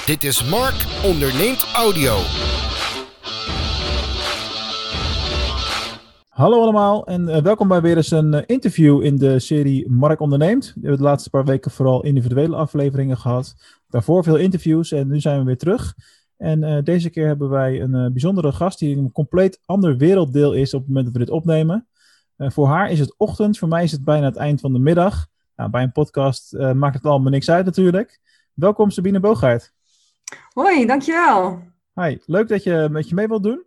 Dit is Mark onderneemt audio. Hallo allemaal en welkom bij weer eens een interview in de serie Mark onderneemt. We hebben de laatste paar weken vooral individuele afleveringen gehad. Daarvoor veel interviews en nu zijn we weer terug. En deze keer hebben wij een bijzondere gast die een compleet ander werelddeel is op het moment dat we dit opnemen. Voor haar is het ochtend, voor mij is het bijna het eind van de middag. Nou, bij een podcast maakt het allemaal niks uit natuurlijk. Welkom Sabine Boogaert. Hoi, dankjewel. Hi, leuk dat je met je mee wilt doen.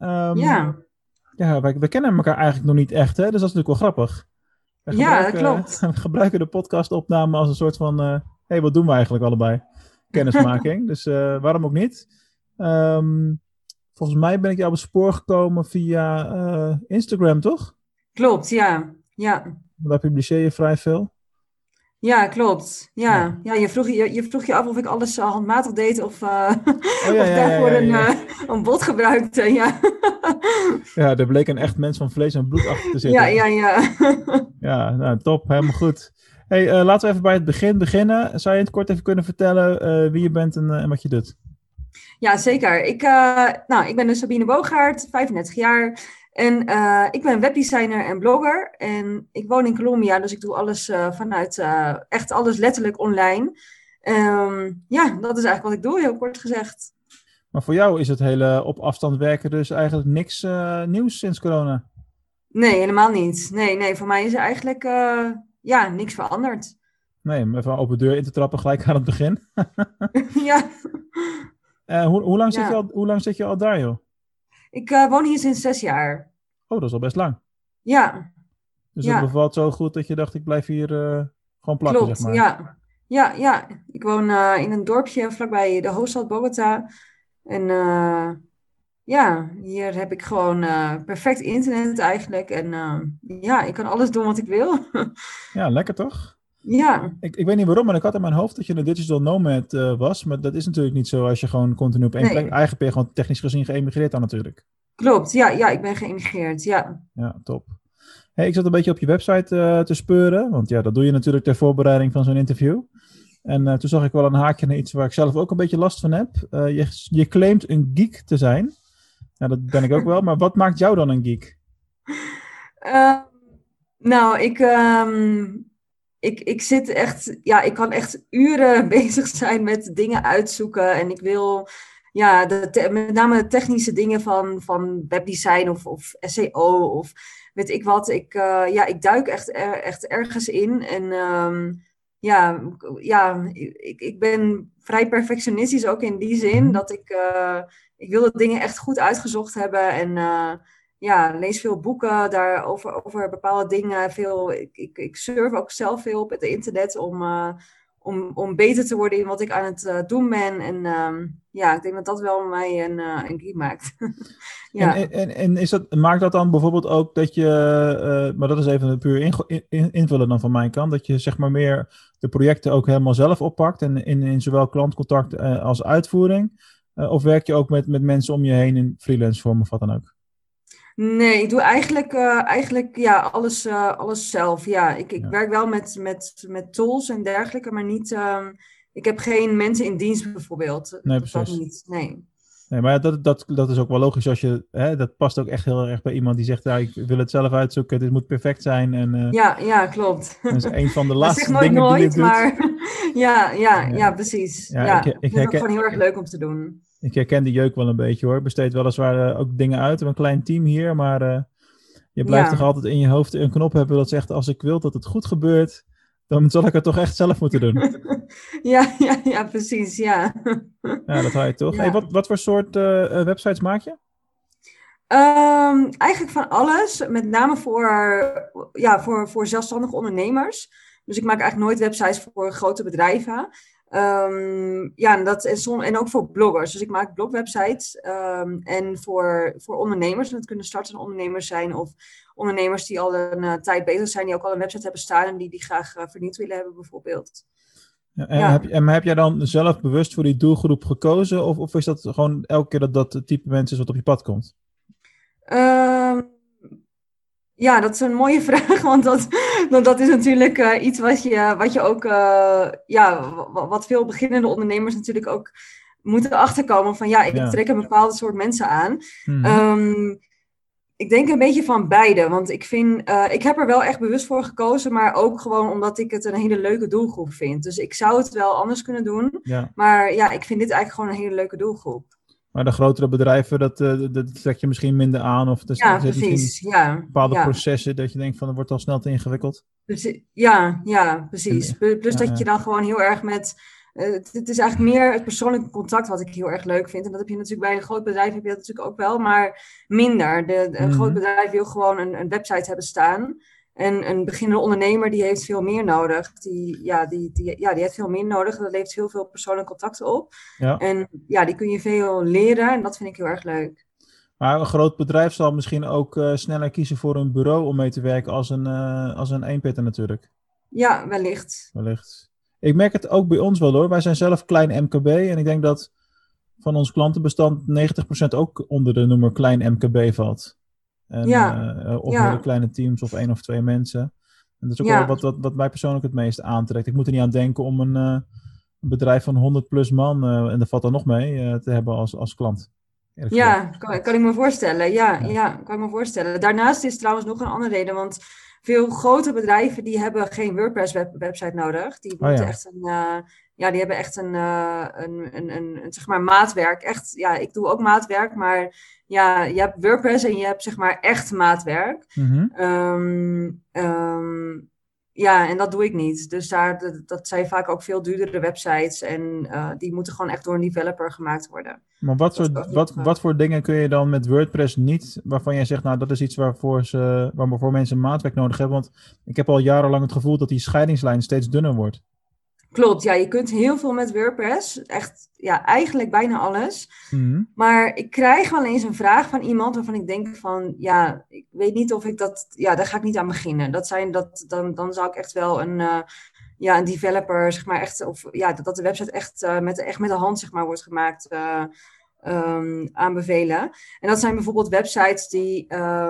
Ja, we kennen elkaar eigenlijk nog niet echt, hè? Dus dat is natuurlijk wel grappig. Ja, dat klopt. We gebruiken de podcastopname als een soort van... hey, wat doen we eigenlijk allebei? Kennismaking. Dus waarom ook niet? Volgens mij ben ik jou op het spoor gekomen via Instagram, toch? Klopt, ja. Daar publiceer je vrij veel. Ja, klopt. Ja, je vroeg je af of ik alles handmatig deed of daarvoor een bot gebruikte. Ja. Ja, er bleek een echt mens van vlees en bloed achter te zitten. Ja. Ja, nou, top. Helemaal goed. Hey, laten we even bij het begin beginnen. Zou je in het kort even kunnen vertellen wie je bent en wat je doet? Ja, zeker. Ik ben dus Sabine Boogaert, 35 jaar. En ik ben webdesigner en blogger. En ik woon in Colombia, dus ik doe alles vanuit echt alles letterlijk online. Dat is eigenlijk wat ik doe, heel kort gezegd. Maar voor jou is het hele op afstand werken dus eigenlijk niks nieuws sinds corona? Nee, helemaal niet. Nee, voor mij is er eigenlijk niks veranderd. Nee, om even open deur in te trappen gelijk aan het begin. Ja. Hoe lang zit je al daar, joh? Ik woon hier sinds 6 jaar. Oh, dat is al best lang. Ja. Dus het bevalt zo goed dat je dacht, ik blijf hier gewoon plakken, Klopt, zeg maar. Ja. Ik woon in een dorpje vlakbij de hoofdstad Bogota. En hier heb ik gewoon perfect internet eigenlijk. En ik kan alles doen wat ik wil. Ja, lekker toch? Ja. Ik weet niet waarom, maar ik had in mijn hoofd dat je een digital nomad was. Maar dat is natuurlijk niet zo als je gewoon continu op één plek... Eigenlijk ben je gewoon technisch gezien geëmigreerd dan natuurlijk. Klopt, ja, ik ben geëmigreerd, ja. Ja, top. Hey, ik zat een beetje op je website te speuren. Want ja, dat doe je natuurlijk ter voorbereiding van zo'n interview. En toen zag ik wel een haakje naar iets waar ik zelf ook een beetje last van heb. Je claimt een geek te zijn. Nou, dat ben ik ook wel. Maar wat maakt jou dan een geek? Ik zit echt, ik kan echt uren bezig zijn met dingen uitzoeken. En ik wil, met name de technische dingen van webdesign of SEO of weet ik wat. Ik duik echt ergens in. En ik ben vrij perfectionistisch ook in die zin. Dat ik wil dat dingen echt goed uitgezocht hebben. En lees veel boeken daarover over bepaalde dingen. Ik surf ook zelf veel op het internet om beter te worden in wat ik aan het doen ben. En ik denk dat dat wel mij een geek maakt. Ja. En maakt dat dan bijvoorbeeld ook dat je, maar dat is even puur invullen dan van mijn kant, dat je zeg maar meer de projecten ook helemaal zelf oppakt en in zowel klantcontact als uitvoering? Of werk je ook met mensen om je heen in freelance vorm of wat dan ook? Nee, ik doe eigenlijk alles zelf. Ja, ik werk wel met tools en dergelijke, maar niet... ik heb geen mensen in dienst bijvoorbeeld. Nee, precies. Dat niet, nee. Nee, maar dat is ook wel logisch als je... dat past ook echt heel erg bij iemand die zegt... ik wil het zelf uitzoeken, dit moet perfect zijn. En, ja, klopt. Dat is een van de laatste dingen nooit, die je doet. Maar ja, precies. Ja, ik vind het gewoon heel erg leuk om te doen. Ik herken die jeuk wel een beetje hoor. Besteed weliswaar ook dingen uit. We hebben een klein team hier, maar je blijft toch altijd in je hoofd een knop hebben dat zegt... als ik wil dat het goed gebeurt, dan zal ik het toch echt zelf moeten doen. Ja, precies, ja. Ja, dat haal je toch. Ja. Hey, wat voor soort websites maak je? Eigenlijk van alles. Met name voor zelfstandige ondernemers. Dus ik maak eigenlijk nooit websites voor grote bedrijven. En ook voor bloggers. Dus ik maak blogwebsites. En voor ondernemers. Dat kunnen startende ondernemers zijn. Of ondernemers die al een tijd bezig zijn. Die ook al een website hebben staan. En die graag vernieuwd willen hebben bijvoorbeeld. Ja, heb jij dan zelf bewust voor die doelgroep gekozen? Of is dat gewoon elke keer dat type mensen is wat op je pad komt? Ja, dat is een mooie vraag, want dat is natuurlijk iets wat je ook, wat veel beginnende ondernemers natuurlijk ook moeten achterkomen van ja, ik Ja. trek een bepaald soort mensen aan. Mhm. Ik denk een beetje van beide, want ik heb er wel echt bewust voor gekozen, maar ook gewoon omdat ik het een hele leuke doelgroep vind. Dus ik zou het wel anders kunnen doen, Ja. maar ja, ik vind dit eigenlijk gewoon een hele leuke doelgroep. Maar de grotere bedrijven, dat trek je misschien minder aan. Of er Ja, zitten misschien precies. Ja, bepaalde ja. processen dat je denkt van, dat wordt al snel te ingewikkeld. Ja, precies. Plus Ja, dat je dan gewoon heel erg met... het is eigenlijk meer het persoonlijke contact wat ik heel erg leuk vind. En dat heb je natuurlijk bij een groot bedrijf heb je dat natuurlijk ook wel, maar minder. Een groot bedrijf wil gewoon een website hebben staan. En een beginnende ondernemer die heeft veel meer nodig. Die heeft veel meer nodig. Dat levert heel veel persoonlijke contacten op. Ja. En ja, die kun je veel leren. En dat vind ik heel erg leuk. Maar een groot bedrijf zal misschien ook sneller kiezen voor een bureau om mee te werken als een eenpitter natuurlijk. Ja, wellicht. Wellicht. Ik merk het ook bij ons wel hoor. Wij zijn zelf klein MKB en ik denk dat van ons klantenbestand 90% ook onder de noemer klein MKB valt. En, of hele kleine teams of 1 of 2 mensen. En dat is ook wel wat mij persoonlijk het meest aantrekt. Ik moet er niet aan denken om een bedrijf van 100 plus man, en daar valt er nog mee, te hebben als klant. Ja, kan ik me voorstellen. Ja, kan ik me voorstellen. Daarnaast is trouwens nog een andere reden, want veel grote bedrijven die hebben geen WordPress website nodig. Die moeten echt die hebben echt een zeg maar maatwerk. Echt, ja, ik doe ook maatwerk, maar ja, je hebt WordPress en je hebt zeg maar echt maatwerk. Ja, en dat doe ik niet. Dus dat zijn vaak ook veel duurdere websites. En die moeten gewoon echt door een developer gemaakt worden. Maar wat voor dingen kun je dan met WordPress niet, waarvan jij zegt, nou dat is iets waarvoor mensen maatwerk nodig hebben? Want ik heb al jarenlang het gevoel dat die scheidingslijn steeds dunner wordt. Klopt, ja, je kunt heel veel met WordPress. Echt, ja, eigenlijk bijna alles. Maar ik krijg wel eens een vraag van iemand waarvan ik denk van, ja, ik weet niet of ik dat, ja, daar ga ik niet aan beginnen. Dan zou ik echt wel een developer, zeg maar, echt, of ja, dat de website echt met de hand, zeg maar, wordt gemaakt, aanbevelen. En dat zijn bijvoorbeeld websites die,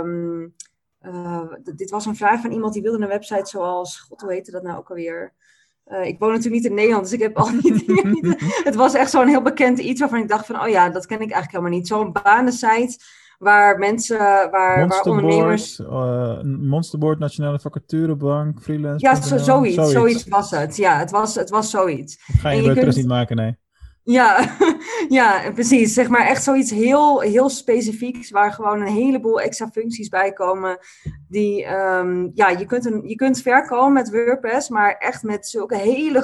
dit was een vraag van iemand die wilde een website zoals, god, hoe heette dat nou ook alweer? Ik woon natuurlijk niet in Nederland, dus ik heb al die dingen niet. Het was echt zo'n heel bekend iets waarvan ik dacht van, oh ja, dat ken ik eigenlijk helemaal niet. Zo'n banensite waar mensen, waar ondernemers... Monsterboard, Nationale Vacaturebank, Freelance. Ja, zoiets was het. Ja, het was zoiets. Dat ga je WordPress niet maken, nee. Ja, ja, precies. Zeg maar echt zoiets heel, heel specifieks waar gewoon een heleboel extra functies bij komen. Die, je kunt ver komen met WordPress, maar echt met zulke hele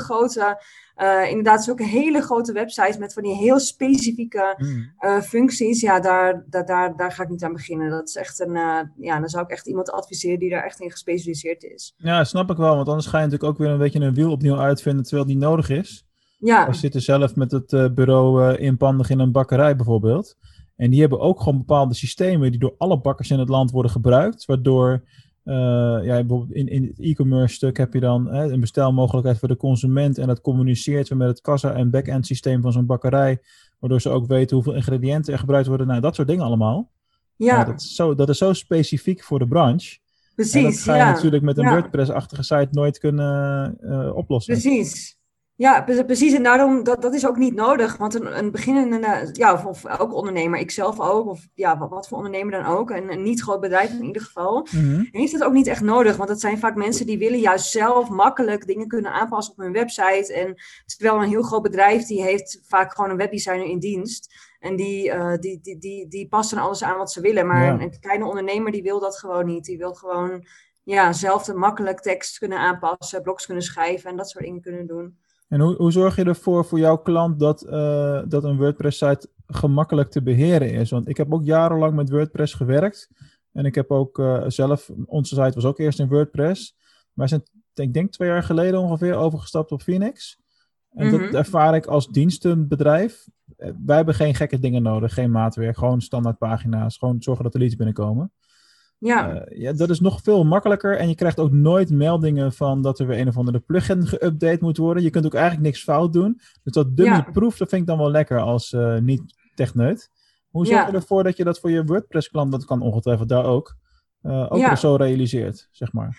grote websites met van die heel specifieke functies. Ja, daar ga ik niet aan beginnen. Dat is echt dan zou ik echt iemand adviseren die daar echt in gespecialiseerd is. Ja, snap ik wel, want anders ga je natuurlijk ook weer een beetje een wiel opnieuw uitvinden terwijl die nodig is. Ja. We zitten zelf met het bureau inpandig in een bakkerij bijvoorbeeld. En die hebben ook gewoon bepaalde systemen die door alle bakkers in het land worden gebruikt. Waardoor, bijvoorbeeld in het e-commerce stuk heb je dan een bestelmogelijkheid voor de consument. En dat communiceert weer met het kassa- en back-end systeem van zo'n bakkerij. Waardoor ze ook weten hoeveel ingrediënten er gebruikt worden. Nou, dat soort dingen allemaal. Ja. Dat is zo specifiek voor de branche. Precies, en dat ga je natuurlijk met een WordPress-achtige site nooit kunnen oplossen. Precies. Ja, precies. En daarom, dat is ook niet nodig. Want een beginnende, of elke ondernemer, ik zelf ook, of ja, wat voor ondernemer dan ook, een niet groot bedrijf in ieder geval, heeft dat ook niet echt nodig. Want het zijn vaak mensen die willen juist zelf makkelijk dingen kunnen aanpassen op hun website. En terwijl een heel groot bedrijf, die heeft vaak gewoon een webdesigner in dienst. En die past dan alles aan wat ze willen. Maar een kleine ondernemer, die wil dat gewoon niet. Die wil gewoon zelf de makkelijk tekst kunnen aanpassen, blogs kunnen schrijven en dat soort dingen kunnen doen. En hoe zorg je ervoor voor jouw klant dat een WordPress-site gemakkelijk te beheren is? Want ik heb ook jarenlang met WordPress gewerkt. En ik heb ook zelf, onze site was ook eerst in WordPress. Maar we zijn, ik denk 2 jaar geleden ongeveer overgestapt op Phoenix. En dat ervaar ik als dienstenbedrijf. Wij hebben geen gekke dingen nodig, geen maatwerk, gewoon standaard pagina's. Gewoon zorgen dat er leads binnenkomen. Ja. Dat is nog veel makkelijker en je krijgt ook nooit meldingen van dat er weer een of andere plugin geüpdate moet worden. Je kunt ook eigenlijk niks fout doen. Dus dat dummy-proof, dat vind ik dan wel lekker als niet-techneut. Hoe zorg je ervoor dat je dat voor je WordPress-klant, dat kan ongetwijfeld daar ook, ook wel zo realiseert, zeg maar?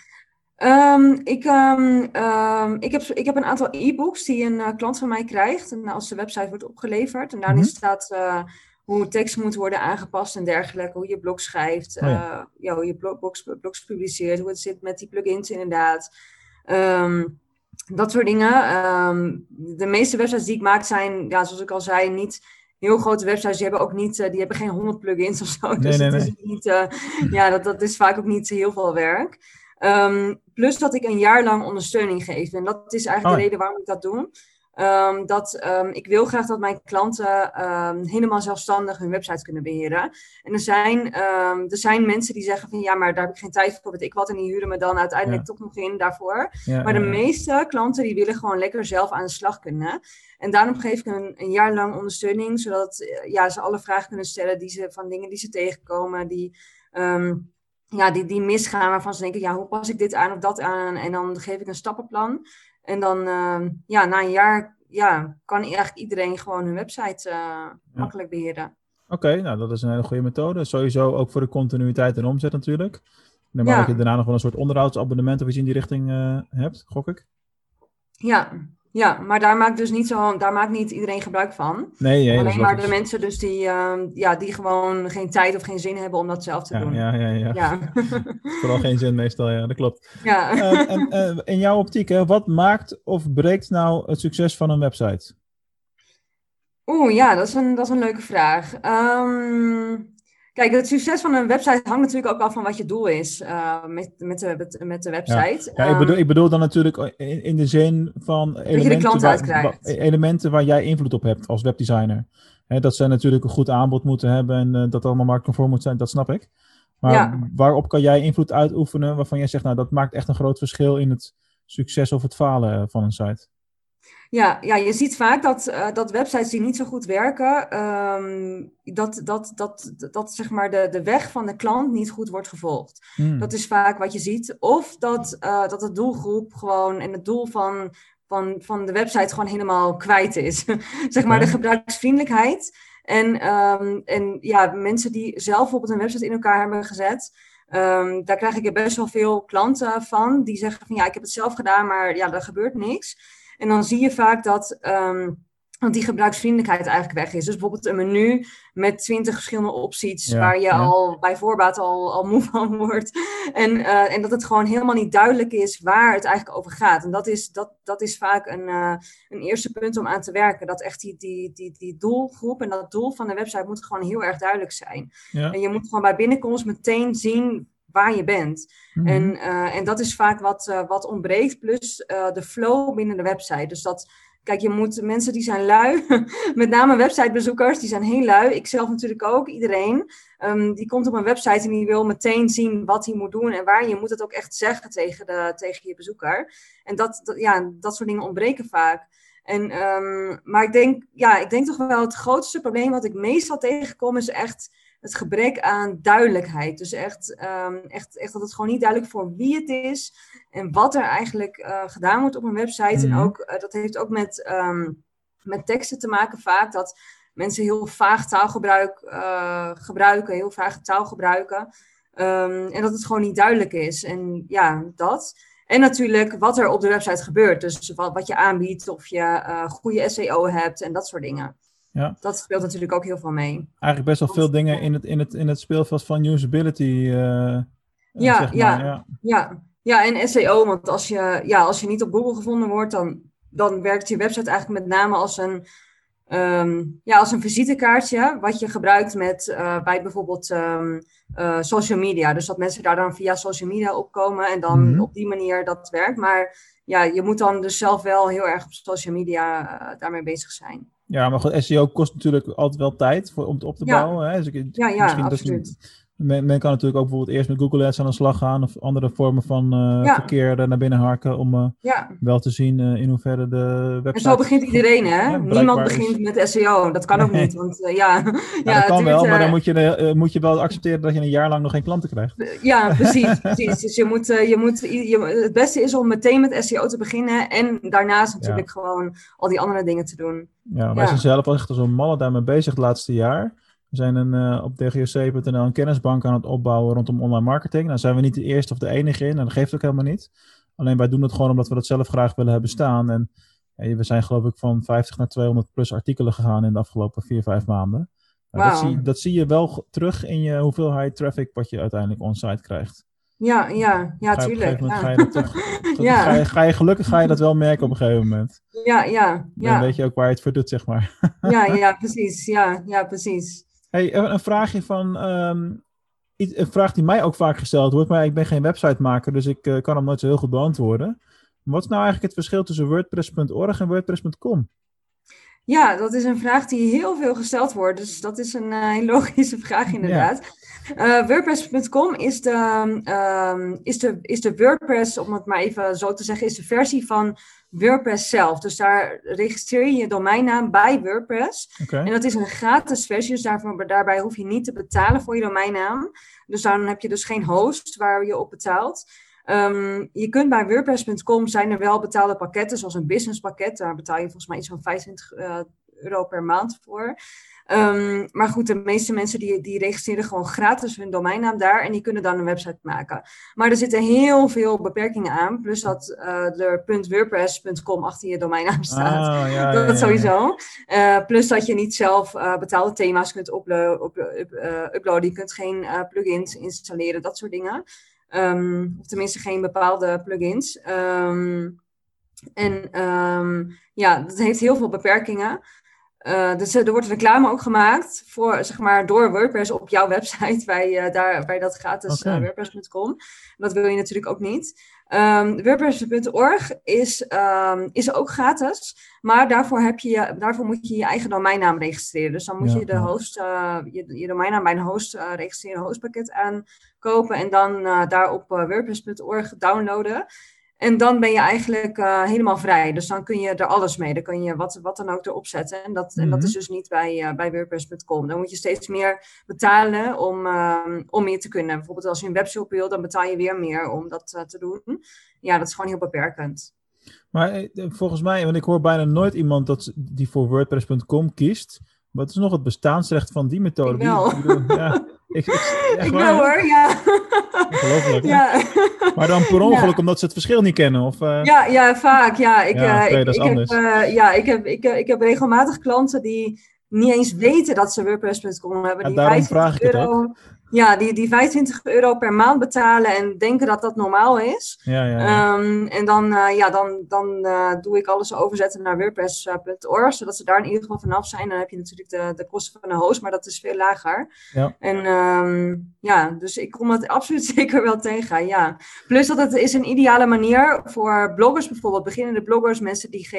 Ik heb een aantal e-books die een klant van mij krijgt en als de website wordt opgeleverd. En daarin staat hoe tekst moet worden aangepast en dergelijke, hoe je blog schrijft, hoe je blogs publiceert, hoe het zit met die plugins inderdaad. Dat soort dingen. De meeste websites die ik maak zijn, zoals ik al zei, niet heel grote websites. Die hebben ook niet, die hebben geen 100 plugins of zo. Dus het is niet, dat is vaak ook niet heel veel werk. Plus dat ik een jaar lang ondersteuning geef. En dat is eigenlijk de reden waarom ik dat doe. Ik wil graag dat mijn klanten helemaal zelfstandig hun website kunnen beheren. En er zijn mensen die zeggen van ja, maar daar heb ik geen tijd voor, weet ik wat. En die huren me dan uiteindelijk toch nog in daarvoor. Maar de meeste klanten die willen gewoon lekker zelf aan de slag kunnen. En daarom geef ik een jaar lang ondersteuning, zodat ze alle vragen kunnen stellen van dingen die ze tegenkomen, die misgaan, waarvan ze denken, hoe pas ik dit aan of dat aan? En dan geef ik een stappenplan. En dan, na een jaar, kan eigenlijk iedereen gewoon hun website makkelijk beheren. Oké, nou dat is een hele goede methode. Sowieso ook voor de continuïteit en omzet natuurlijk. Normaal dat je daarna nog wel een soort onderhoudsabonnement of iets in die richting hebt, gok ik. Ja, maar daar maakt niet iedereen gebruik van. Nee, alleen maar de mensen dus die gewoon geen tijd of geen zin hebben om dat zelf te doen. Ja. Vooral geen zin meestal, ja, dat klopt. Ja. En in jouw optiek, wat maakt of breekt nou het succes van een website? Dat is een leuke vraag. Kijk, het succes van een website hangt natuurlijk ook af van wat je doel is met de website. Ik bedoel dan natuurlijk in de zin van elementen waar jij invloed op hebt als webdesigner. Dat zij natuurlijk een goed aanbod moeten hebben en dat allemaal marktconform moet zijn, dat snap ik. Maar waarop kan jij invloed uitoefenen waarvan jij zegt, nou dat maakt echt een groot verschil in het succes of het falen van een site? Ja, je ziet vaak dat websites die niet zo goed werken, dat zeg maar de weg van de klant niet goed wordt gevolgd. Dat is vaak wat je ziet. Of dat de doelgroep gewoon en het doel van de website gewoon helemaal kwijt is. Zeg maar de gebruiksvriendelijkheid. En mensen die zelf bijvoorbeeld een website in elkaar hebben gezet. Daar krijg ik er best wel veel klanten van. Die zeggen van ik heb het zelf gedaan, maar er gebeurt niks. En dan zie je vaak dat die gebruiksvriendelijkheid eigenlijk weg is. Dus bijvoorbeeld een menu met 20 verschillende opties waar je al bij voorbaat al moe van wordt. En dat het gewoon helemaal niet duidelijk is waar het eigenlijk over gaat. En dat is vaak een eerste punt om aan te werken. Dat echt die doelgroep en dat doel van de website moet gewoon heel erg duidelijk zijn. Ja. En je moet gewoon bij binnenkomst meteen zien waar je bent. Mm-hmm. En dat is vaak wat ontbreekt, plus de flow binnen de website. Dus kijk, mensen die zijn lui, met name websitebezoekers, die zijn heel lui. Ik zelf natuurlijk ook, iedereen. Die komt op een website en die wil meteen zien wat hij moet doen en waar. Je moet het ook echt zeggen tegen je bezoeker. En dat soort dingen ontbreken vaak. Maar ik denk toch wel het grootste probleem wat ik meestal tegenkom is echt het gebrek aan duidelijkheid. Dus echt dat het gewoon niet duidelijk voor wie het is en wat er eigenlijk gedaan wordt op een website. Mm-hmm. En ook, dat heeft ook met teksten te maken vaak, dat mensen heel vaag taalgebruik gebruiken, heel vage taal gebruiken. En dat het gewoon niet duidelijk is. En dat. En natuurlijk wat er op de website gebeurt. Dus wat je aanbiedt, of je goede SEO hebt en dat soort dingen. Ja. Dat speelt natuurlijk ook heel veel mee. Eigenlijk best wel veel dingen in het speelveld van usability. En SEO. Want als je niet op Google gevonden wordt, dan werkt je website eigenlijk met name als een visitekaartje. Wat je gebruikt bij bijvoorbeeld social media. Dus dat mensen daar dan via social media opkomen en dan op die manier dat werkt. Maar je moet dan dus zelf wel heel erg op social media daarmee bezig zijn. Ja, maar goed, SEO kost natuurlijk altijd wel tijd om het op te bouwen. Hè? Dus absoluut. Men kan natuurlijk ook bijvoorbeeld eerst met Google Ads aan de slag gaan of andere vormen van verkeer naar binnen harken om wel te zien in hoeverre de website... En zo begint iedereen, hè? Niemand begint met SEO. Dat kan ook niet, want dat kan wel, maar dan moet je wel accepteren dat je een jaar lang nog geen klanten krijgt. Ja, precies. Dus het beste is om meteen met SEO te beginnen en daarnaast natuurlijk gewoon al die andere dingen te doen. Ja, wij zijn zelf echt als een malle daarmee bezig het laatste jaar. zijn op dgoc.nl een kennisbank aan het opbouwen rondom online marketing. Nou zijn we niet de eerste of de enige in. En dat geeft ook helemaal niet. Alleen wij doen het gewoon omdat we dat zelf graag willen hebben staan. En we zijn geloof ik van 50 naar 200 plus artikelen gegaan in de afgelopen 4-5 maanden. Wauw. Dat zie je wel terug in je hoeveelheid traffic wat je uiteindelijk on-site krijgt. Ja, tuurlijk. Ga je dat toch, ga je dat wel merken op een gegeven moment. Dan weet je ook waar je het voor doet, zeg maar. Precies. Ja, precies. Hey, een vraagje van... een vraag die mij ook vaak gesteld wordt, maar ik ben geen websitemaker, dus ik kan hem nooit zo heel goed beantwoorden. Wat is nou eigenlijk het verschil tussen WordPress.org en WordPress.com? Ja, dat is een vraag die heel veel gesteld wordt, dus dat is een heel logische vraag inderdaad. WordPress.com is de WordPress, om het maar even zo te zeggen, is de versie van WordPress zelf. Dus daar registreer je je domeinnaam bij WordPress. Okay. En dat is een gratis versie, dus daarbij hoef je niet te betalen voor je domeinnaam. Dus dan heb je dus geen host waar je op betaalt. Je kunt bij WordPress.com zijn er wel betaalde pakketten, zoals een businesspakket. Daar betaal je volgens mij iets van €25 per maand voor. Maar goed, de meeste mensen die registreren gewoon gratis hun domeinnaam daar en die kunnen dan een website maken. Maar er zitten heel veel beperkingen aan, plus dat er .wordpress.com achter je domeinnaam staat. Dat sowieso. Plus dat je niet zelf betaalde thema's kunt uploaden. Je kunt geen plugins installeren, dat soort dingen. Of tenminste geen bepaalde plugins. Dat heeft heel veel beperkingen. Dus er wordt reclame ook gemaakt voor, zeg maar, door WordPress op jouw website bij dat gratis WordPress.com. Dat wil je natuurlijk ook niet. WordPress.org is ook gratis, maar daarvoor moet je je eigen domeinnaam registreren. Dus dan moet je je domeinnaam bij een host registreren, een hostpakket aankopen en dan daar op WordPress.org downloaden. En dan ben je eigenlijk helemaal vrij. Dus dan kun je er alles mee. Dan kun je wat dan ook erop zetten. En dat is dus niet bij WordPress.com. Dan moet je steeds meer betalen om meer te kunnen. Bijvoorbeeld als je een webshop wil, dan betaal je weer meer om dat te doen. Ja, dat is gewoon heel beperkend. Maar volgens mij, want ik hoor bijna nooit iemand die voor WordPress.com kiest. Wat is nog het bestaansrecht van die methode? Ik wel. Ik wel hoor, ja. Ongelooflijk, ja. Maar dan per ongeluk omdat ze het verschil niet kennen? Of, Ja, vaak. Ja. Dat is anders. Ik heb regelmatig klanten die niet eens weten dat ze WordPress.com hebben. Daarom vraag ik het ook. Ja, die €25 per maand betalen en denken dat dat normaal is. En dan doe ik alles overzetten naar WordPress.org, zodat ze daar in ieder geval vanaf zijn. Dan heb je natuurlijk de kosten van de host, maar dat is veel lager. Ja. En dus ik kom dat absoluut zeker wel tegen, ja. Plus dat het is een ideale manier voor bloggers bijvoorbeeld, beginnende bloggers, mensen die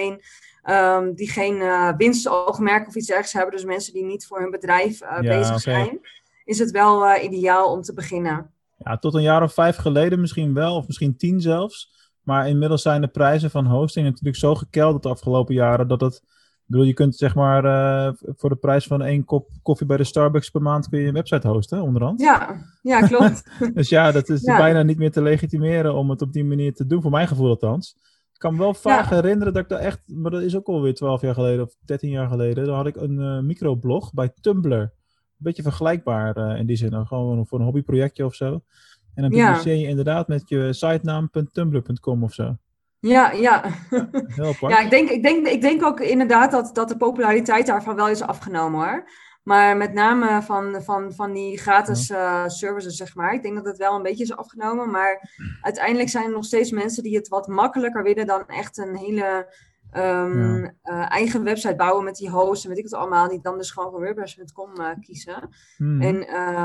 geen winstoogmerk of iets dergelijks hebben. Dus mensen die niet voor hun bedrijf bezig zijn. Is het wel ideaal om te beginnen. Ja, tot een jaar of 5 geleden misschien wel, of misschien 10 zelfs. Maar inmiddels zijn de prijzen van hosting natuurlijk zo gekelderd de afgelopen jaren, dat het... Ik bedoel, je kunt zeg maar voor de prijs van 1 kop koffie bij de Starbucks per maand kun je een website hosten, onderhand. Ja, klopt. Dus ja, dat is bijna niet meer te legitimeren om het op die manier te doen, voor mijn gevoel althans. Ik kan me wel vaak herinneren dat ik daar echt, maar dat is ook alweer 12 jaar geleden of 13 jaar geleden, dan had ik een microblog bij Tumblr. Een beetje vergelijkbaar in die zin. Gewoon voor een hobbyprojectje of zo. En dan publiceer je inderdaad met je sitenaam.tumblr.com of zo. Ja. Heel apart. Ja, ik denk ook inderdaad dat de populariteit daarvan wel is afgenomen hoor. Maar met name van die gratis services, zeg maar. Ik denk dat het wel een beetje is afgenomen. Maar uiteindelijk zijn er nog steeds mensen die het wat makkelijker willen dan echt een hele... eigen website bouwen met die host en weet ik het allemaal, die dan dus gewoon voor WordPress.com kiezen. En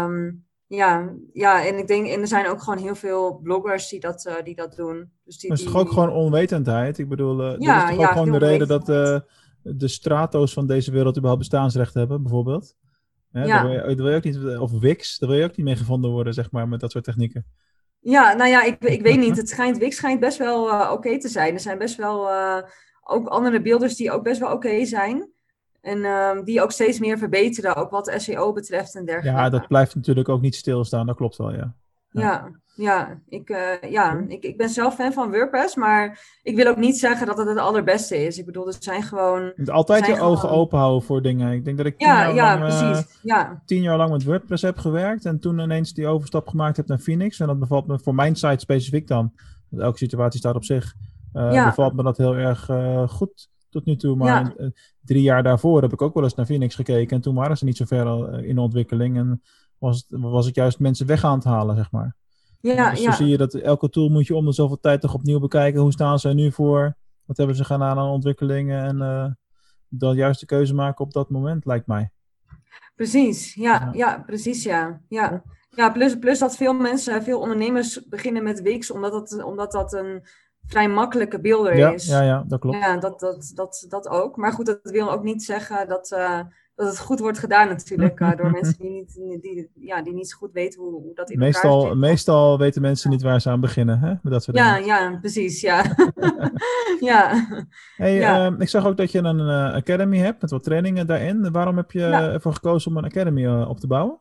en ik denk, en er zijn ook gewoon heel veel bloggers die dat doen. Dus dat is toch ook gewoon onwetendheid? Ik bedoel, dat is toch ook gewoon de reden dat de Strato's van deze wereld überhaupt bestaansrecht hebben, bijvoorbeeld? Daar wil je ook niet, of Wix, daar wil je ook niet mee gevonden worden, zeg maar, met dat soort technieken. Ja, nou ja, ik weet niet. Wix schijnt best wel oké te zijn. Er zijn best wel ook andere beelders die ook best wel oké zijn. En die ook steeds meer verbeteren, ook wat SEO betreft en dergelijke. Ja, dat blijft natuurlijk ook niet stilstaan, dat klopt wel, ja. Ik ben zelf fan van WordPress, maar ik wil ook niet zeggen dat het het allerbeste is. Ik bedoel, er zijn gewoon... Je moet altijd je ogen open houden voor dingen. Ik denk dat ik 10 jaar lang met WordPress heb gewerkt en toen ineens die overstap gemaakt heb naar Phoenix. En dat bevalt me voor mijn site specifiek dan. Want elke situatie staat op zich. Bevalt me dat heel erg goed tot nu toe. Maar 3 jaar daarvoor heb ik ook wel eens naar Phoenix gekeken. En toen waren ze niet zo ver in de ontwikkeling. En was ik juist mensen weg aan het halen, zeg maar. Dus dan zie je dat elke tool moet je om de zoveel tijd toch opnieuw bekijken. Hoe staan ze er nu voor? Wat hebben ze gedaan aan ontwikkelingen? En dan juist de keuze maken op dat moment, lijkt mij. Precies, precies. Plus dat veel ondernemers beginnen met Wix, omdat dat een vrij makkelijke builder is. Ja, dat klopt. Ja, dat ook. Maar goed, dat wil ook niet zeggen dat het goed wordt gedaan natuurlijk door mensen die niet zo goed weten hoe dat in elkaar zit. Meestal weten mensen niet waar ze aan beginnen, hè? Met dat soort dingen. Ja, precies, Ik zag ook dat je een academy hebt met wat trainingen daarin. Waarom heb je ervoor gekozen om een academy op te bouwen?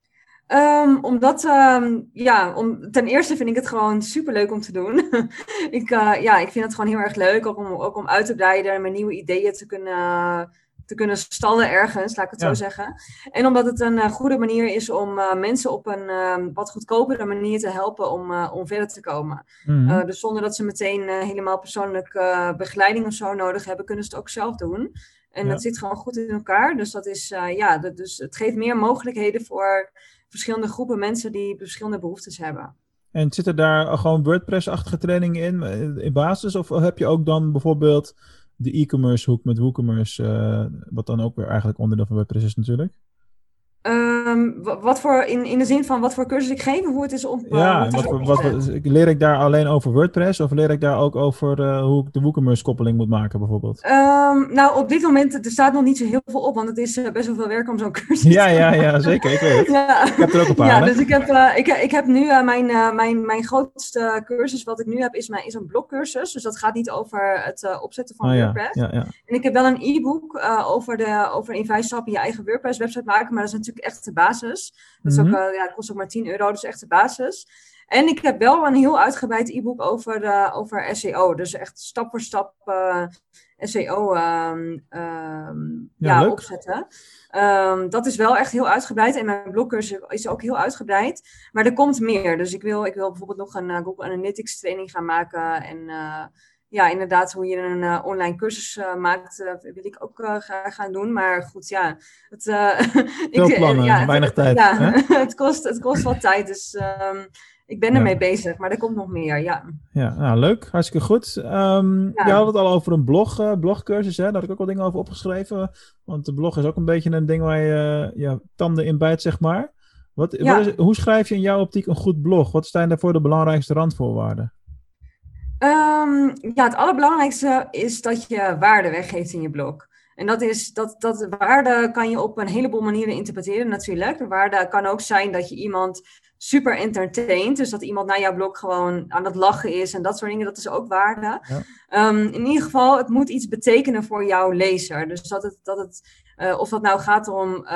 Ten eerste vind ik het gewoon superleuk om te doen. Ik vind het gewoon heel erg leuk, ook om uit te breiden en mijn nieuwe ideeën te kunnen stallen ergens, laat ik het zo zeggen. En omdat het een goede manier is om mensen op een wat goedkopere manier te helpen om verder te komen. Mm-hmm. Dus zonder dat ze meteen helemaal persoonlijke begeleiding of zo nodig hebben, kunnen ze het ook zelf doen. En dat zit gewoon goed in elkaar. Dus dat is, dus het geeft meer mogelijkheden voor verschillende groepen mensen die verschillende behoeftes hebben. En zitten daar gewoon WordPress-achtige trainingen in basis? Of heb je ook dan bijvoorbeeld de e-commerce hoek met WooCommerce, wat dan ook weer eigenlijk onderdeel van WordPress is natuurlijk? In de zin van wat voor cursus ik geef, hoe het is op... leer ik daar alleen over WordPress of leer ik daar ook over hoe ik de WooCommerce koppeling moet maken bijvoorbeeld? Op dit moment, er staat nog niet zo heel veel op, want het is best wel veel werk om zo'n cursus te doen. Ja, zeker. Ik weet het. Ik heb er ook een paar. Dus ik heb nu mijn grootste cursus wat ik nu heb is een blogcursus. Dus dat gaat niet over het opzetten van WordPress. Ja. En ik heb wel een e-book over in 5 stappen je eigen WordPress website maken, maar dat is natuurlijk echt de basis. Dat is ook, het kost ook maar €10, dus echt de basis. En ik heb wel een heel uitgebreid e-book over SEO. Dus echt stap voor stap SEO opzetten. Dat is wel echt heel uitgebreid. En mijn blogcursus is ook heel uitgebreid. Maar er komt meer. Dus ik wil bijvoorbeeld nog een Google Analytics training gaan maken. En inderdaad, hoe je een online cursus maakt, wil ik ook graag gaan doen. Maar goed, veel plannen, weinig tijd. Het kost wat tijd. Dus ik ben ermee bezig, maar er komt nog meer, Ja, leuk. Hartstikke goed. Je had het al over een blogcursus, hè? Daar had ik ook wel dingen over opgeschreven. Want de blog is ook een beetje een ding waar je tanden in bijt, zeg maar. Hoe schrijf je in jouw optiek een goed blog? Wat zijn daarvoor de belangrijkste randvoorwaarden? Het allerbelangrijkste is dat je waarde weggeeft in je blog. En dat waarde kan je op een heleboel manieren interpreteren natuurlijk. De waarde kan ook zijn dat je iemand super entertaint. Dus dat iemand naar jouw blog gewoon aan het lachen is en dat soort dingen. Dat is ook waarde. Ja. In ieder geval, het moet iets betekenen voor jouw lezer. Dus of dat nou gaat om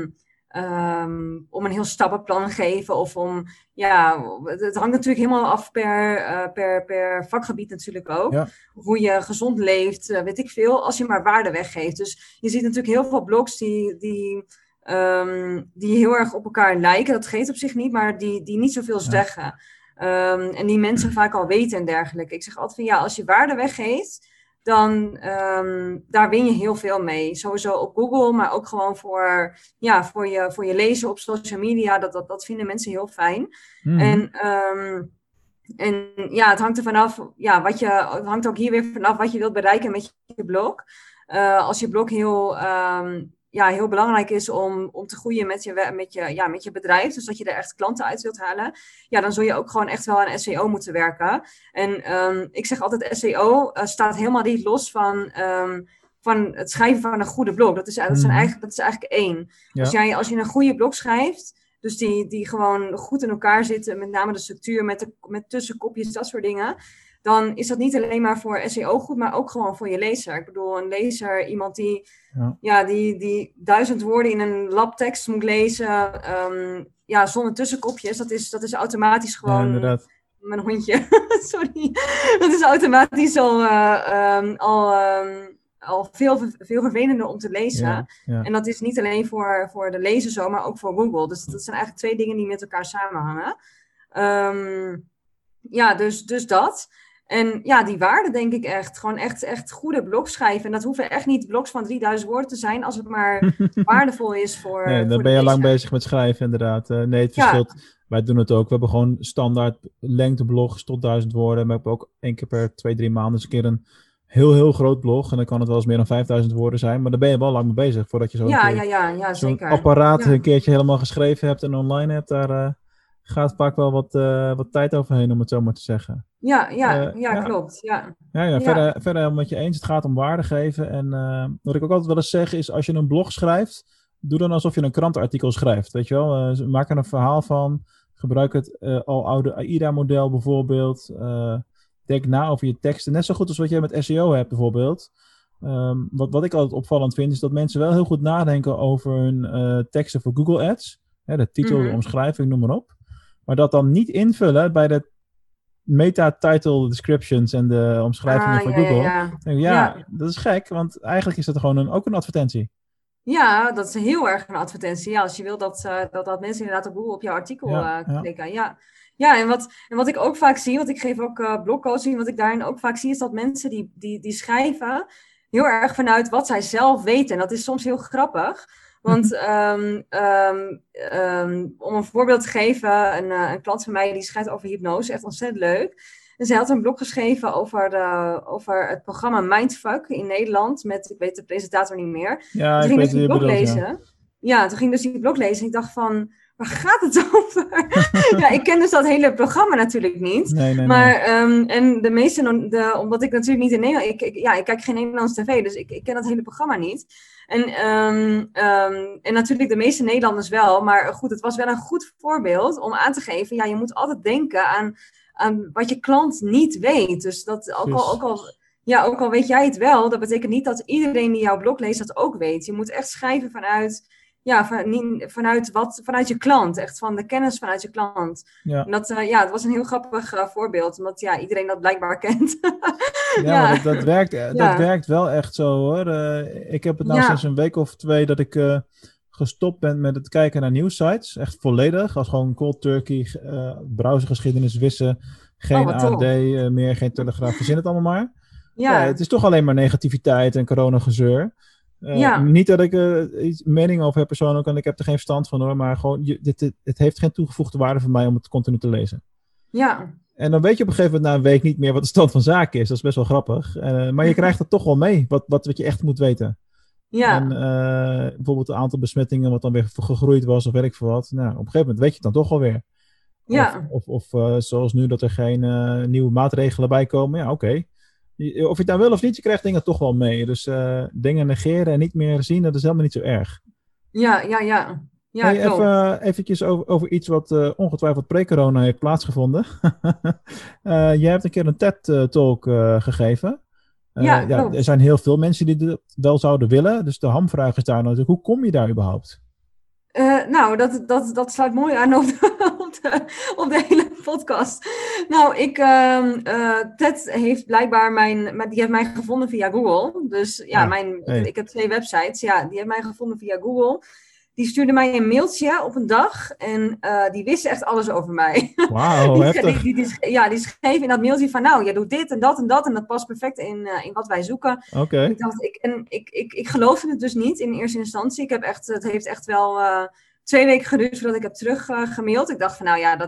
een heel stappenplan geven of om, het hangt natuurlijk helemaal af per vakgebied natuurlijk ook. Ja. Hoe je gezond leeft, weet ik veel, als je maar waarde weggeeft. Dus je ziet natuurlijk heel veel blogs die heel erg op elkaar lijken. Dat geeft op zich niet, maar die niet zoveel zeggen. En die mensen vaak al weten en dergelijke. Ik zeg altijd van als je waarde weggeeft, dan daar win je heel veel mee. Sowieso op Google, maar ook gewoon voor je lezen op social media. Dat vinden mensen heel fijn. Mm-hmm. En het hangt er vanaf, het hangt ook hier weer vanaf wat je wilt bereiken met je blog. Als je blog heel belangrijk is om te groeien met je bedrijf. Dus dat je er echt klanten uit wilt halen. Ja, dan zul je ook gewoon echt wel aan SEO moeten werken. En ik zeg altijd, SEO staat helemaal niet los van het schrijven van een goede blog. Dat is eigenlijk één. Ja. Als je een goede blog schrijft, dus die gewoon goed in elkaar zitten, met name de structuur, met tussenkopjes, dat soort dingen, dan is dat niet alleen maar voor SEO goed, maar ook gewoon voor je lezer. Ik bedoel, een lezer, iemand die 1000 woorden in een labtekst moet lezen, zonder tussenkopjes. Dat is automatisch gewoon... Ja, inderdaad. Mijn hondje, sorry. Dat is automatisch al veel vervelender om te lezen. Ja. En dat is niet alleen voor de lezer zo, maar ook voor Google. Dus dat zijn eigenlijk 2 dingen die met elkaar samenhangen. Dus dat. En die waarde denk ik echt. Gewoon echt goede blogs schrijven. En dat hoeven echt niet blogs van 3000 woorden te zijn, als het maar waardevol is voor Nee, dan voor ben je de lang lezer. bezig met schrijven, inderdaad. Nee, het verschilt. Wij doen het ook. We hebben gewoon standaard lengteblogs tot 1000 woorden. We hebben ook 1 keer per 2-3 maanden eens een keer een heel groot blog. En dan kan het wel eens meer dan 5000 woorden zijn. Maar daar ben je wel lang mee bezig voordat je zo'n Zeker. apparaat een keertje helemaal geschreven hebt en online hebt. Daar gaat vaak wel wat tijd overheen, om het zo maar te zeggen. Klopt. Ja. Verder helemaal met je eens. Het gaat om waarde geven. En wat ik ook altijd wel eens zeg is, als je een blog schrijft, doe dan alsof je een krantenartikel schrijft. Weet je wel? Maak er een verhaal van. Gebruik het al oude AIDA-model bijvoorbeeld. Denk na over je teksten. Net zo goed als wat jij met SEO hebt bijvoorbeeld. Wat ik altijd opvallend vind, is dat mensen wel heel goed nadenken over hun teksten voor Google Ads. De titel, de omschrijving, noem maar op. Maar dat dan niet invullen bij de meta-title descriptions en de omschrijvingen van Google. Dat is gek, want eigenlijk is dat gewoon ook een advertentie. Ja, dat is heel erg een advertentie. Ja, als je wil dat mensen inderdaad op Google op jouw artikel klikken. Ja, en wat ik ook vaak zie, want ik geef ook blogcoaching, wat ik daarin ook vaak zie, is dat mensen die schrijven heel erg vanuit wat zij zelf weten. En dat is soms heel grappig. Want om een voorbeeld te geven, een klant van mij die schrijft over hypnose, echt ontzettend leuk. En zij had een blog geschreven over het programma Mindfuck in Nederland, met, ik weet de presentator niet meer. Ja, toen ik ging weet dus die wie je blog bedoelt, lezen. Ja, toen ging dus die blog lezen en ik dacht van, waar gaat het over? Ik ken dus dat hele programma natuurlijk niet. Nee. Maar, en de meeste, omdat ik natuurlijk niet in Nederland, ik kijk geen Nederlandse tv, dus ik ken dat hele programma niet. En natuurlijk de meeste Nederlanders wel, maar goed, het was wel een goed voorbeeld om aan te geven, je moet altijd denken aan wat je klant niet weet. Dus dat ook al weet jij het wel, dat betekent niet dat iedereen die jouw blog leest dat ook weet. Je moet echt schrijven vanuit je klant, echt van de kennis vanuit je klant. Ja. En het was een heel grappig voorbeeld, omdat iedereen dat blijkbaar kent. Maar dat werkt wel echt zo, hoor. Ik heb het sinds een week of 2 dat ik gestopt ben met het kijken naar nieuwssites. Echt volledig, als gewoon cold turkey, browsergeschiedenis wissen, geen AD meer, geen Telegraaf, verzin het allemaal maar. Het is toch alleen maar negativiteit en coronagezeur. Niet dat ik iets mening over heb persoonlijk, en ik heb er geen verstand van, hoor, maar gewoon, het heeft geen toegevoegde waarde voor mij om het continu te lezen. Ja. En dan weet je op een gegeven moment na een week niet meer wat de stand van zaken is. Dat is best wel grappig. Maar je krijgt het toch wel mee, wat je echt moet weten. Ja. En bijvoorbeeld het aantal besmettingen wat dan weer gegroeid was of weet ik veel wat. Nou, op een gegeven moment weet je het dan toch wel weer. Ja. Of zoals nu dat er geen nieuwe maatregelen bij komen. Ja, oké. Of je het nou wil of niet, je krijgt dingen toch wel mee. Dus dingen negeren en niet meer zien, dat is helemaal niet zo erg. Ja, hey, eventjes over iets wat ongetwijfeld pre-corona heeft plaatsgevonden. Jij hebt een keer een TED-talk gegeven. Er zijn heel veel mensen die dit wel zouden willen. Dus de hamvraag is daar natuurlijk, hoe kom je daar überhaupt? Dat sluit mooi aan op de hele podcast. Nou, Ted heeft blijkbaar die heeft mij gevonden via Google. Dus ik heb 2 websites. Ja, die heeft mij gevonden via Google. Die stuurde mij een mailtje op een dag en die wist echt alles over mij. Wauw, heftig. Die schreef in dat mailtje van, nou, jij doet dit en dat en dat en dat past perfect in wat wij zoeken. Okay. Ik dacht, ik geloofde het dus niet in eerste instantie. Het heeft echt wel 2 weken geduurd voordat ik heb teruggemaild. Ik dacht van,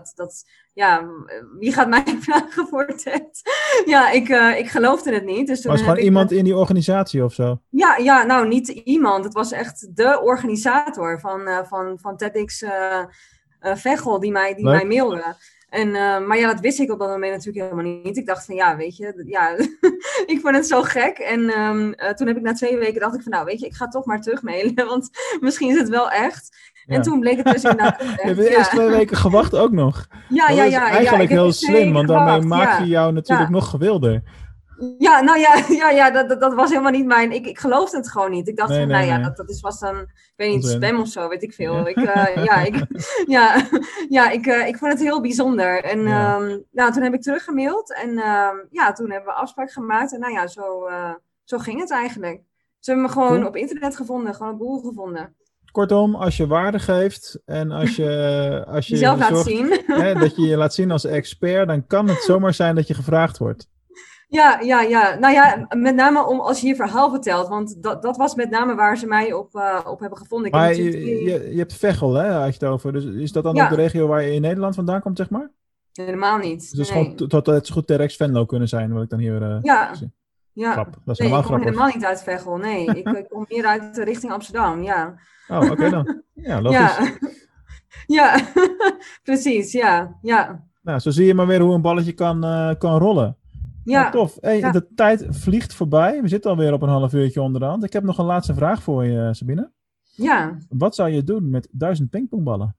wie gaat mij vragen voor TED? Ik geloofde het niet. Dus toen was gewoon iemand in die organisatie of zo? Nou, niet iemand. Het was echt de organisator van TEDx Veghel die mij mailde. Maar dat wist ik op dat moment natuurlijk helemaal niet. Ik dacht van, weet je, ik vond het zo gek. En toen heb ik na 2 weken dacht ik van, weet je, ik ga toch maar terugmailen, want misschien is het wel echt. En toen bleek het dus inderdaad echt. Je hebt eerst 2 weken gewacht ook nog. Dat is eigenlijk heel slim, want daarmee maak je jou natuurlijk nog gewilder. Ja, nou ja, dat was helemaal niet mijn... Ik geloofde het gewoon niet. Ik dacht Nee. dat was dan... Ik weet niet, Onzin. spam of zo, weet ik veel. Ja. Ik vond het heel bijzonder. En toen heb ik teruggemaild. En toen hebben we afspraak gemaakt. En zo ging het eigenlijk. Ze hebben me gewoon op internet gevonden. Gewoon op Google gevonden. Kortom, als je waarde geeft en als je Jezelf laat zien. Dat je je laat zien als expert, dan kan het zomaar zijn dat je gevraagd wordt. Ja. Nou ja, met name als je je verhaal vertelt. Want dat was met name waar ze mij op hebben gevonden. Maar je hebt Veghel, hè, had je het over. Dus is dat dan ook de regio waar je in Nederland vandaan komt, zeg maar? Helemaal niet. Dus het goed Terex Venlo kunnen zijn, wat ik dan hier zie. Ja. Grap. Dat is ik kom grappig. helemaal niet uit Veghel. Nee, ik kom meer uit richting Amsterdam, ja. Oh, oké dan. Ja, logisch. Ja, precies, ja. Nou, zo zie je maar weer hoe een balletje kan rollen. Ja. Nou, tof. Hey, de tijd vliegt voorbij. We zitten alweer op een half uurtje onderhand. Ik heb nog een laatste vraag voor je, Sabine. Ja. Wat zou je doen met 1000 pingpongballen?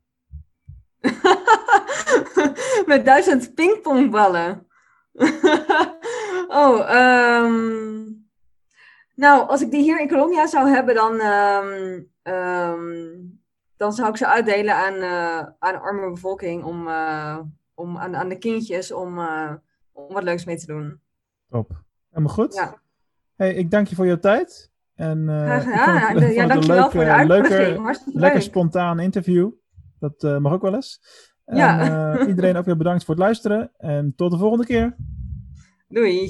Met 1000 pingpongballen? Nou, als ik die hier in Colombia zou hebben, dan zou ik ze uitdelen aan de arme bevolking aan de kindjes om wat leuks mee te doen. Top. Helemaal goed. Ja. Hey, ik dank je voor je tijd. En, graag gedaan. Dankjewel voor de uitnodiging. Lekker spontaan interview. Dat mag ook wel eens. En, iedereen ook weer bedankt voor het luisteren. En tot de volgende keer. Doei.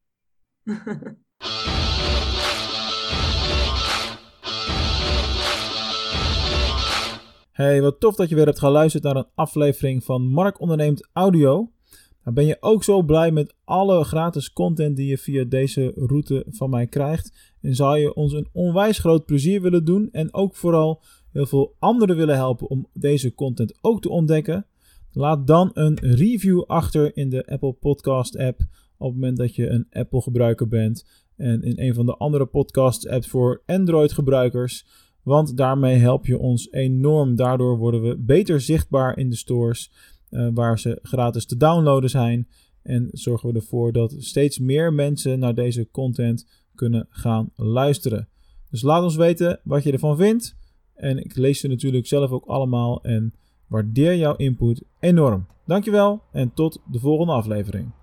Hey, wat tof dat je weer hebt geluisterd naar een aflevering van Mark Onderneemt Audio. Nou, ben je ook zo blij met alle gratis content die je via deze route van mij krijgt? En zou je ons een onwijs groot plezier willen doen en ook vooral heel veel anderen willen helpen om deze content ook te ontdekken? Laat dan een review achter in de Apple Podcast app op het moment dat je een Apple gebruiker bent en in een van de andere podcast apps voor Android gebruikers. Want daarmee help je ons enorm. Daardoor worden we beter zichtbaar in de stores waar ze gratis te downloaden zijn. En zorgen we ervoor dat steeds meer mensen naar deze content kunnen gaan luisteren. Dus laat ons weten wat je ervan vindt. En ik lees ze natuurlijk zelf ook allemaal en waardeer jouw input enorm. Dankjewel en tot de volgende aflevering.